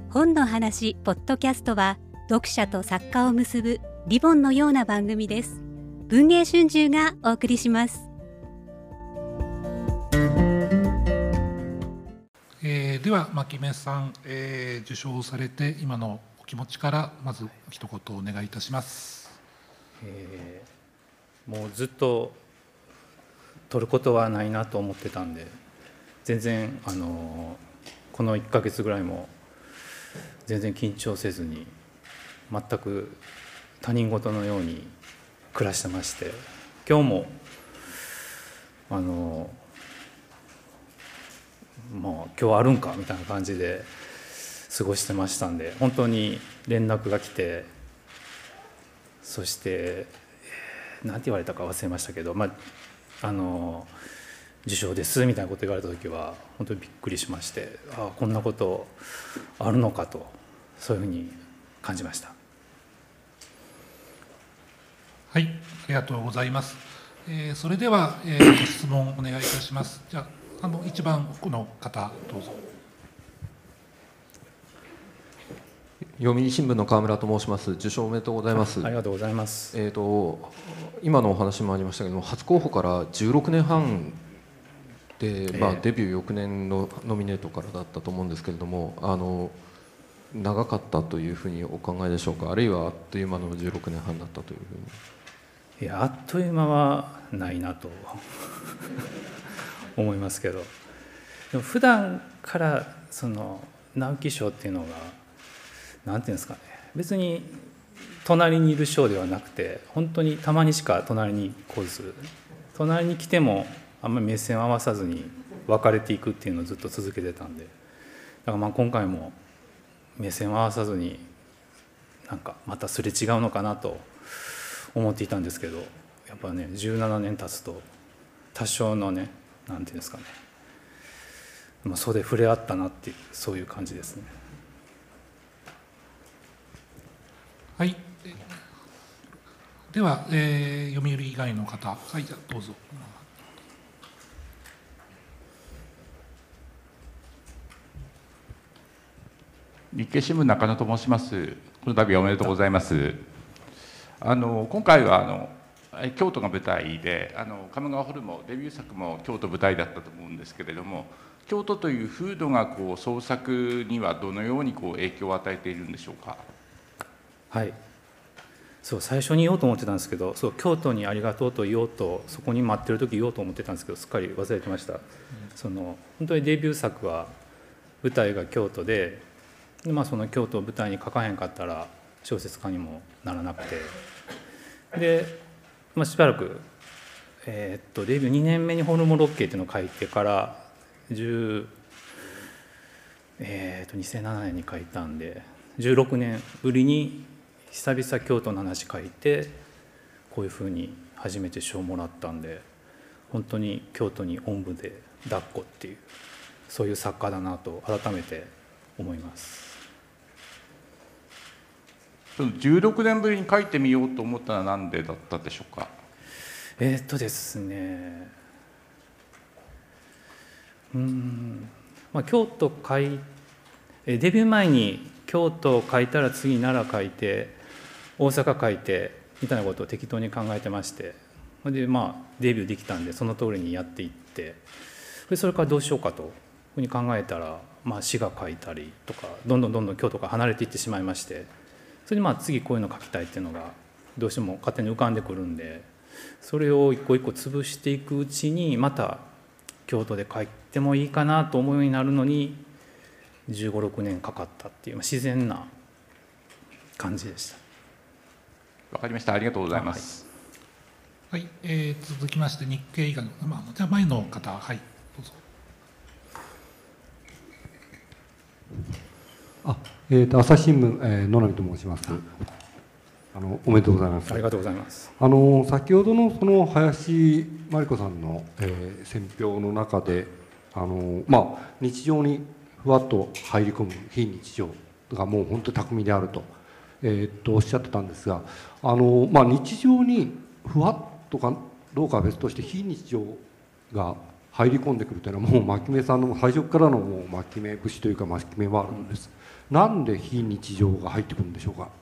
本の話ポッドキャストは読者と作家を結ぶリボンのような番組です。文藝春秋がお送りします。 では牧目さん、受賞されて今のお気持ちからまず一言お願いいたします。 もうずっと取ることはないなと思ってたんで、全然この1ヶ月ぐらいも全然緊張せずに全く他人事のように暮らしてまして、今日ももう今日あるんかみたいな感じで過ごしてましたんで、本当に連絡が来て、そして何て言われたか忘れましたけど、受賞ですみたいなこと言われた時は本当にびっくりしまして、こんなことあるのかと、そういうふうに感じました。 はい、ありがとうございます。それでは、質問お願いいたします。じゃあ、一番奥の方どうぞ。 読売新聞の川村と申します。受賞おめでとうございます。 ありがとうございます。 今のお話もありましたけども、初候補から16年半で、デビュー翌年のノミネートからだったと思うんですけれども、長かったというふうにお考えでしょうか、あるいはあっという間の16年半だったというふうに。 いや、あっという間はないなと思いますけど、でも普段からその直木賞っていうのがなんていうんですかね、別に隣にいる賞ではなくて、本当にたまにしか隣に来ず、隣に来てもあんまり目線を合わさずに別れていくっていうのをずっと続けてたんで、だから今回も目線を合わさずになんかまたすれ違うのかなと思っていたんですけど、やっぱね17年経つと多少のね、なんていうんですかね、袖触れ合ったなっていう、そういう感じですね。 はい、では、読売以外の方、はい、じゃあどうぞ。 日経新聞中野と申します。この度はおめでとうございます。今回は京都が舞台で、鴨川ホルモンデビュー作も京都舞台だったと思うんですけれども、京都という風土が創作にはどのように影響を与えているんでしょうか。はい、 最初に言おうと思ってたんですけど、京都にありがとうと言おうと、そこに待ってる時言おうと思ってたんですけど、すっかり忘れてました。本当にデビュー作は舞台が京都で、その京都を舞台に書かへんかったら小説家にもならなくて、で、しばらく、デビュー2年目にホルモンロッケっていうのを書いてから2007年に書いたんで、16年ぶりに久々京都の話書いて、こういうふうに初めて賞をもらったんで、本当に京都におんぶで抱っこっていう、そういう作家だなと改めて思います。 16年ぶりに書いてみようと思ったのは何でだったでしょうか。 ですね、京都デビュー前に京都を書いたら次奈良書いて大阪書いてみたいなことを適当に考えてまして、でデビューできたんでその通りにやっていって、それからどうしようかというふうに考えたら、詩が書いたりとか、どんどん京都から離れていってしまいまして、それで次こういうの書きたいっていうのがどうしても勝手に浮かんでくるんで、それを一個一個潰していくうちに、また京都で書いてもいいかなと思うようになるのに15、16年かかったっていう、自然な感じでした。 わかりました。ありがとうございます。 はい、続きまして日経以外の、じゃあ前の方、はい、どうぞ。 朝日新聞、野波と申します。おめでとうございます。 ありがとうございます。 先ほどのその林真理子さんの、選評の中で日常にふわっと入り込む非日常がもう本当に巧みであると、おっしゃってたんですが、日常にふわっとかどうかは別として非日常が入り込んでくるというのはもう牧目さんの最初からのもう牧目節というか牧目ワールドです。なんで非日常が入ってくるんでしょうか。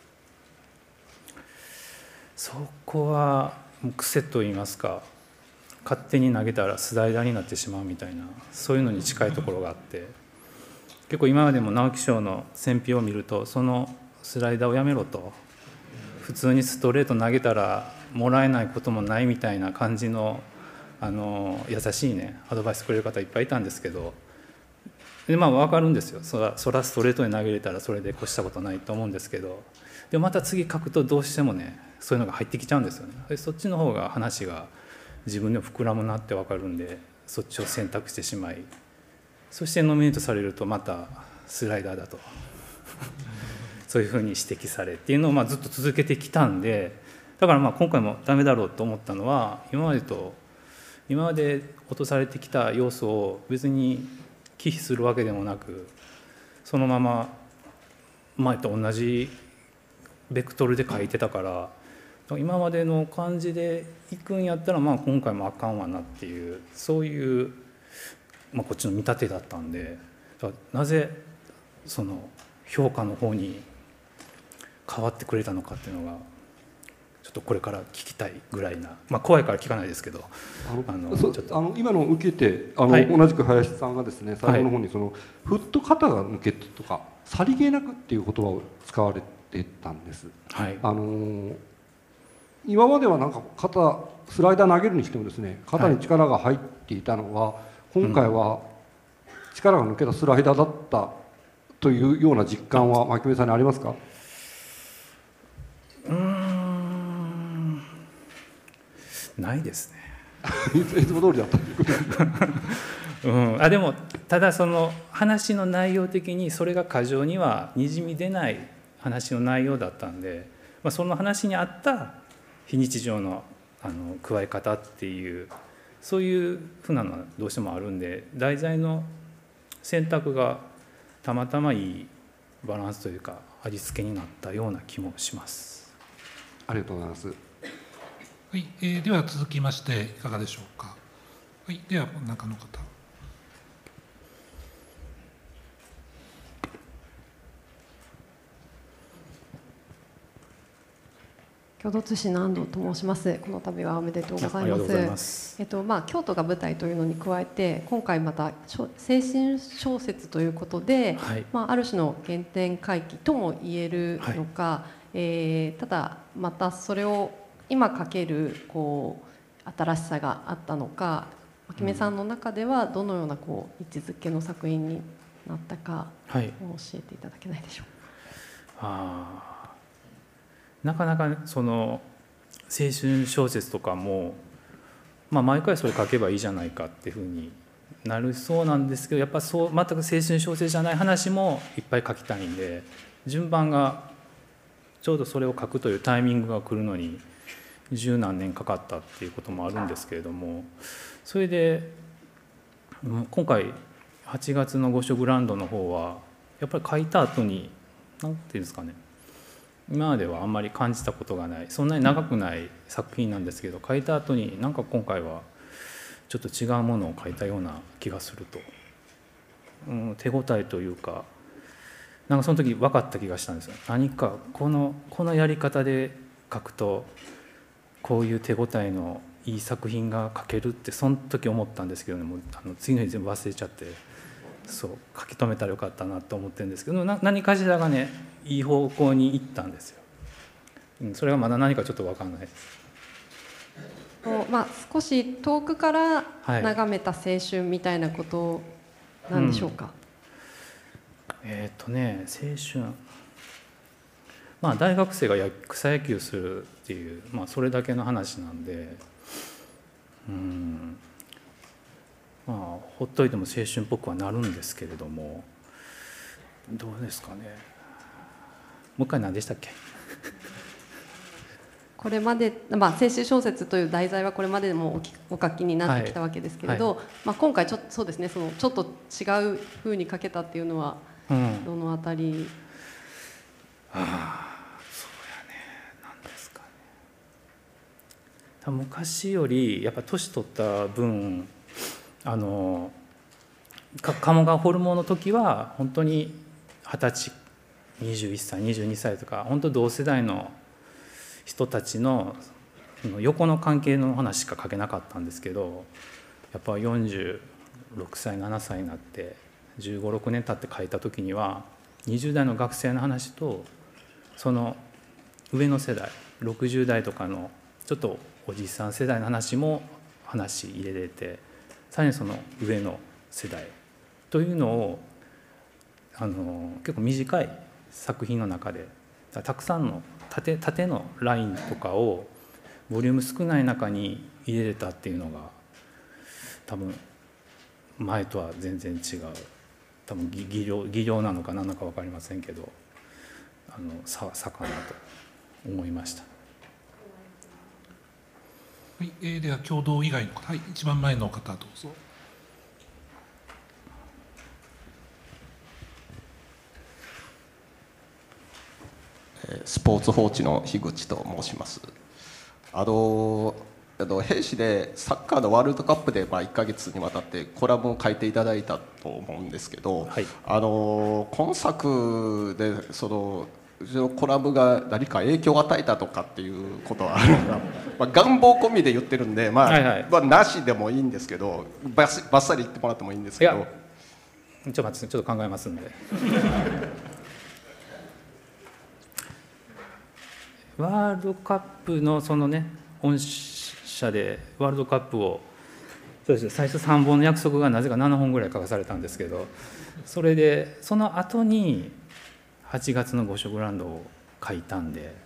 そこはもう癖といいますか、勝手に投げたらスライダーになってしまうみたいな、そういうのに近いところがあって、結構今までも直木賞の選評を見ると、そのスライダーをやめろと、普通にストレート投げたらもらえないこともないみたいな感じの優しいねアドバイスくれる方いっぱいいたんですけど、でまあ分かるんですよ。そらストレートに投げれたらそれで越したことないと思うんですけど、でまた次書くとどうしてもねそういうのが入ってきちゃうんですよね。でそっちの方が話が自分でも膨らむなって分かるんで、そっちを選択してしまい、そしてノミネートされるとまたスライダーだとそういうふうに指摘されっていうのをまあずっと続けてきたんで、だからまあ今回もダメだろうと思ったのは、今まで落とされてきた要素を別に忌避するわけでもなく、そのまま前と同じベクトルで書いてたから、今までの感じでいくんやったらまあ今回もあかんわなっていう、そういう、まあ、こっちの見立てだったんで、なぜその評価の方に変わってくれたのかっていうのがちょっとこれから聞きたいぐらいな、まあ、怖いから聞かないですけど、 今のを受けてはい、 同じく林さんがですね、最後の方にその、ふっと肩が抜けたとかさりげなくっていう言葉を使われてたんです。 はい、 今まではなんかスライダー投げるにしてもですね、肩に力が入っていたのが、今回は力が抜けたスライダーだったというような実感は牧目さんにありますか？ ないですねいつも通りだったということですか？ でもただその話の内容的にそれが過剰にはにじみ出ない話の内容だったんで、まあ、その話に合った非日常の加え方っていうそういうふうなのはどうしてもあるんで、題材の選択がたまたまいいバランスというか味付けになったような気もします。 ありがとうございます。 はい、では続きましていかがでしょうか。はい、では中の方。 共同通信の安藤と申します。この度はおめでとうございます。京都が舞台というのに加えて、今回また青春小説ということで、 はい、 ある種の原点回帰とも言えるのか、はい、ただまたそれを今書ける新しさがあったのか、牧目さんの中ではどのような位置づけの作品になったかを教えていただけないでしょうか。 なかなかその青春小説とかも、毎回それ書けばいいじゃないかっていうふうになるそうなんですけど、やっぱそう全く青春小説じゃない話もいっぱい書きたいんで、順番がちょうどそれを書くというタイミングが来るのに十何年かかったっていうこともあるんですけれども、それで今回8月の御所グランドの方はやっぱり書いた後に何ていうんですかね、今まではあんまり感じたことがない、そんなに長くない作品なんですけど、書いた後になんか今回はちょっと違うものを書いたような気がすると、手応えというか、なんかその時分かった気がしたんですよ。何かこのやり方で書くとこういう手応えのいい作品が書けるってその時思ったんですけどね、もう次の日全部忘れちゃって、そう書き留めたらよかったなと思ってるんですけど、何かしらがねいい方向に行ったんですよ。それはまだ何かちょっと分かんないです。 少し遠くから眺めた青春みたいなことなんでしょうか。 青春、大学生が草野球するっていう、それだけの話なんで、ほっといても青春っぽくはなるんですけれども、どうですかね。もう一回何でしたっけ。 これまで、青春小説という題材はこれまでもお書きになってきたわけですけれど、今回そうですね、ちょっと違うふうに書けたっていうのはどのあたり。 そうやね、何ですかね。昔よりやっぱ年取った分、 鴨川ホルモンの時は本当に20歳21歳22歳とか本当同世代の人たちの横の関係の話しか書けなかったんですけど、やっぱ46歳7歳になって15、16年経って書いた時には20代の学生の話とその上の世代60代とかのちょっとおじさん世代の話も話入れれて、さらにその上の世代というのを結構短い作品の中でたくさんの縦のラインとかをボリューム少ない中に入れれたっていうのが多分前とは全然違う、多分技量なのか何なのか分かりませんけど差かなと思いました。 はい、では共同以外の方、はい、一番前の方どうぞ。 スポーツ報知の樋口と申します。兵士でサッカーのワールドカップで1ヶ月にわたってコラムを書いていただいたと思うんですけど、はい、今作でそのコラムが何か影響を与えたとかっていうことはあるのか、願望込みで言ってるんで、なしでもいいんですけど、バッサリ言ってもらってもいいんですけど。 いやちょっと待って、ちょっと考えますんで。ワールドカップのそのね、御社でワールドカップをそうです、最初3本の約束がなぜか7本ぐらい書かされたんですけど、それでその後に8月の5色ランドを書いたんで、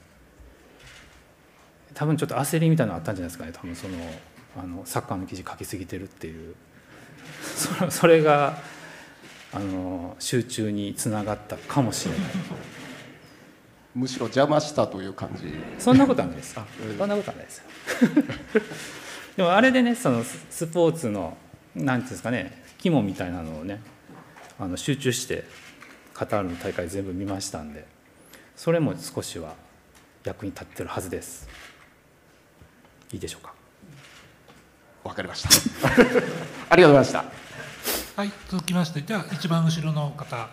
多分ちょっと焦りみたいなのがあったんじゃないですかね。多分そのサッカーの記事書きすぎてるっていうそれが集中につながったかもしれない。 むしろ邪魔したという感じ。 そんなことはないです。そんなことはないです。でもあれでね、そのスポーツのなんていうんですかね、肝みたいなのをね、集中してカタールの大会全部見ましたんで、それも少しは役に立ってるはずです。いいでしょうか。 わかりました。ありがとうございました。 はい、続きまして、じゃあ一番後ろの方。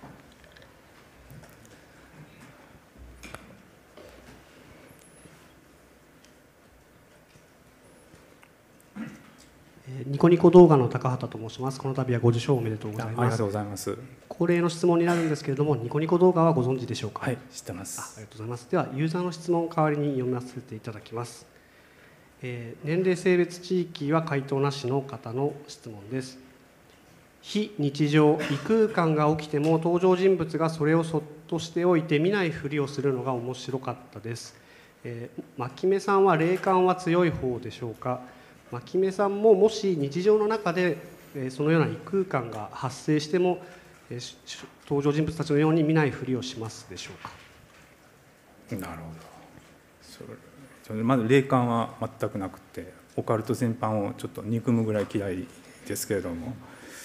ニコニコ動画の高畑と申します。この度はご受賞おめでとうございます。 ありがとうございます。 恒例の質問になるんですけれども、ニコニコ動画はご存知でしょうか。 はい、知ってます。 ありがとうございます。ではユーザーの質問を代わりに読ませていただきます。年齢性別地域は回答なしの方の質問です。非日常異空間が起きても登場人物がそれをそっとしておいて見ないふりをするのが面白かったです。牧目さんは霊感は強い方でしょうか。牧目さんももし日常の中でそのような異空間が発生しても登場人物たちのように見ないふりをしますでしょうか。 なるほど。それまず霊感は全くなくて、オカルト全般をちょっと憎むぐらい嫌いですけれども、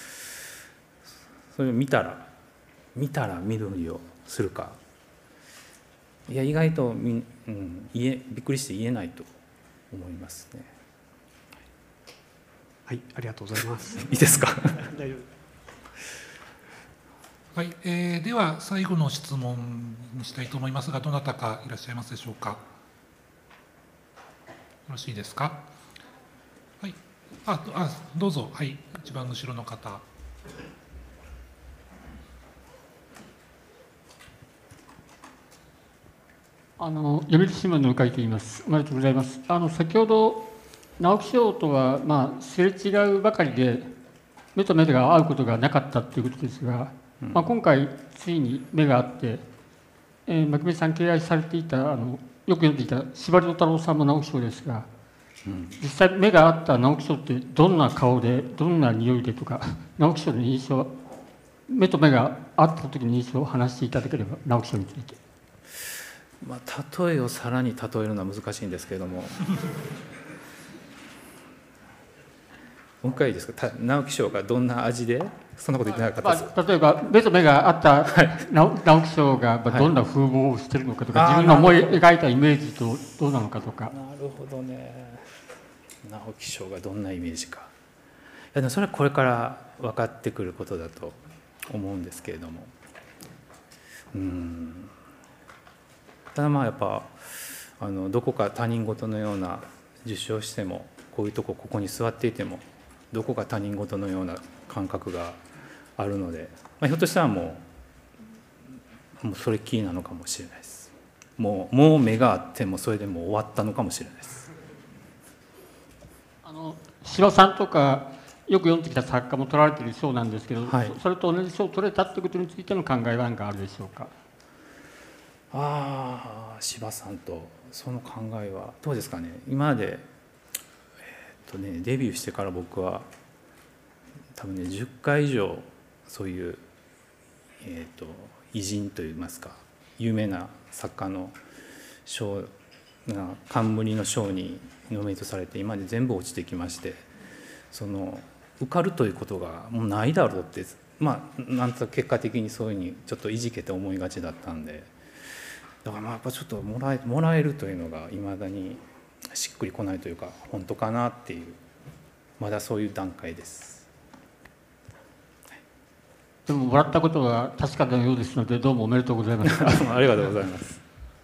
それを見たら見るふりをするか、いや意外とびっくりして言えないと思いますね。 はい、ありがとうございます。 いいですか。 大丈は夫。 い、では最後の質問にしたいと思いますが、どなたかいらっしゃいますでしょうか。よろしいですか。はい、どうぞ。はい、一番後ろの方。 読売新聞の向井と言います。おめでとうございます。先ほど直木賞とはすれ違うばかりで目と目が合うことがなかったということですが、今回ついに目が合って、牧目さん敬愛されていたよく読んでいた司馬遼太郎さんの直木賞ですが、実際目が合った直木賞ってどんな顔でどんな匂いでとか、直木賞の印象、目と目が合った時の印象を話していただければ、直木賞について。 例えをさらに例えるのは難しいんですけれどももう一回いいですか。直木賞がどんな味で、そんなこと言ってなかったです。 例えば目と目があった直木賞がどんな風貌をしているのかとか、自分の思い描いたイメージとどうなのかとか。 なるほどね。直木賞がどんなイメージか。 でもそれはこれから分かってくることだと思うんですけれども、ただまあやっぱどこか他人事のような、受賞してもこういうとこに座っていてもどこか他人事のような感覚があるので、ひょっとしたらもうそれっきりなのかもしれないです。もう目があってもそれでもう終わったのかもしれないです。 司馬さんとかよく読んできた作家も取られている賞なんですけど、 はい、 それと同じ賞を取れたということについての考えは何かあるでしょうか。 司馬さんとその考えはどうですかね。今まで、デビューしてから僕は多分ね10回以上そういう、偉人といいますか有名な作家の賞が冠の賞にノミネートされて今まで全部落ちてきまして、受かるということがもうないだろうって、なんと結果的にそういうふうにちょっといじけて思いがちだったんで、だからやっぱちょっともらえるというのがいまだにしっくりこないというか、本当かなっていう、まだそういう段階です。 でももらったことが確かなようですので、どうもおめでとうございます。 ありがとうございます。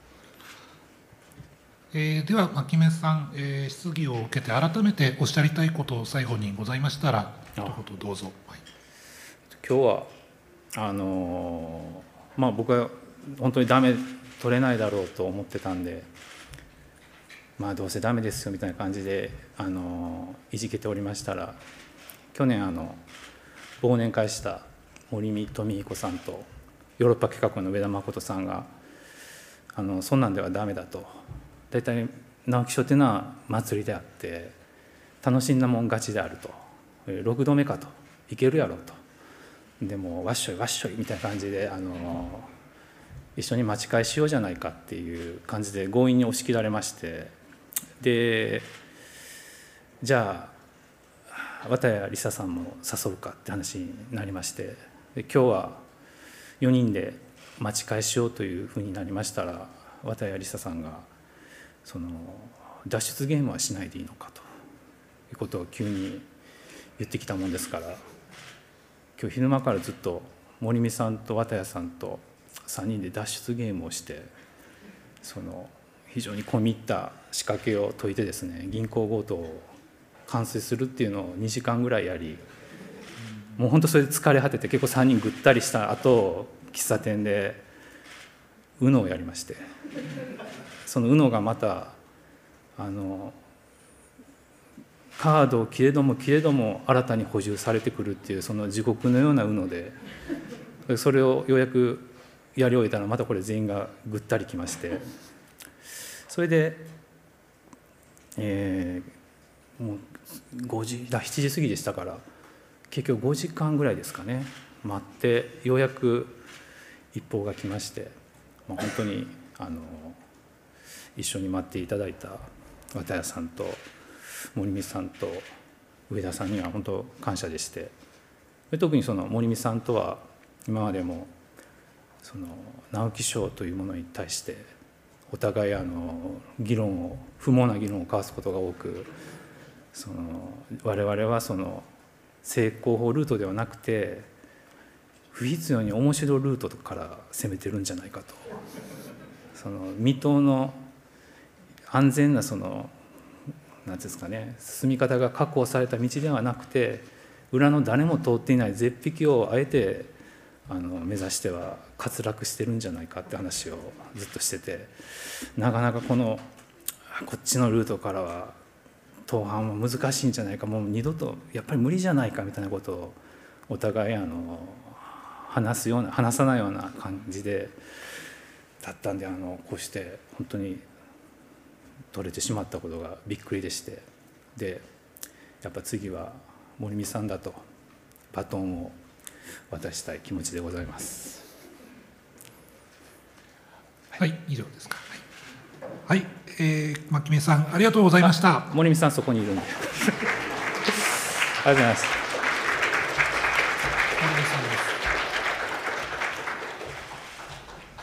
では牧目さん、質疑を受けて改めておっしゃりたいことを最後にございましたら一言どうぞ。はい、 今日は僕は本当に取れないだろうと思ってたんで、どうせダメですよみたいな感じでいじけておりましたら、去年忘年会した森見富彦さんとヨーロッパ企画の上田誠さんがそんなんではダメだと、大体直木賞っていうのは祭りであって楽しんだもん勝ちであると、6度目かと、いけるやろと、でもわっしょいわっしょいみたいな感じで一緒に待ち返しようじゃないかっていう感じで強引に押し切られまして、でじゃあ綿谷りささんも誘うかって話になりまして、で今日は4人で待ち返しようというふうになりましたら、綿谷りささんが脱出ゲームはしないでいいのかということを急に言ってきたもんですから、今日昼間からずっと森見さんと綿谷さんと3人で脱出ゲームをして、非常に込み入った仕掛けを解いてですね、銀行強盗を完遂するっていうのを2時間ぐらいやり、もう本当それで疲れ果てて結構3人ぐったりした後、喫茶店でUNOをやりまして、そのUNOがまたカードを切れども新たに補充されてくるっていう、その地獄のようなUNOで、それをようやくやり終えたらまたこれ全員がぐったりきまして、それで、もう7時過ぎでしたから、結局5時間ぐらいですかね待ってようやく一報が来まして、本当に一緒に待っていただいた綿谷さんと森見さんと上田さんには本当感謝でして、特に森見さんとは今までも直木賞というものに対してお互い議論を不毛な議論を交わすことが多く、我々は成功法ルートではなくて不必要に面白いルートから攻めてるんじゃないかと、未踏の安全な何ですかね、進み方が確保された道ではなくて、裏の誰も通っていない絶壁をあえて目指しては滑落してるんじゃないかって話をずっとしてて、なかなかこっちのルートからは登攀は難しいんじゃないか、もう二度とやっぱり無理じゃないかみたいなことをお互い話さないような感じでだったんで、こうして本当に取れてしまったことがびっくりでして、でやっぱ次は森見さんだとバトンを渡したい気持ちでございます。 はい、以上ですか。はい、牧目さんありがとうございました。 森見さんそこにいるんでありがとうございました。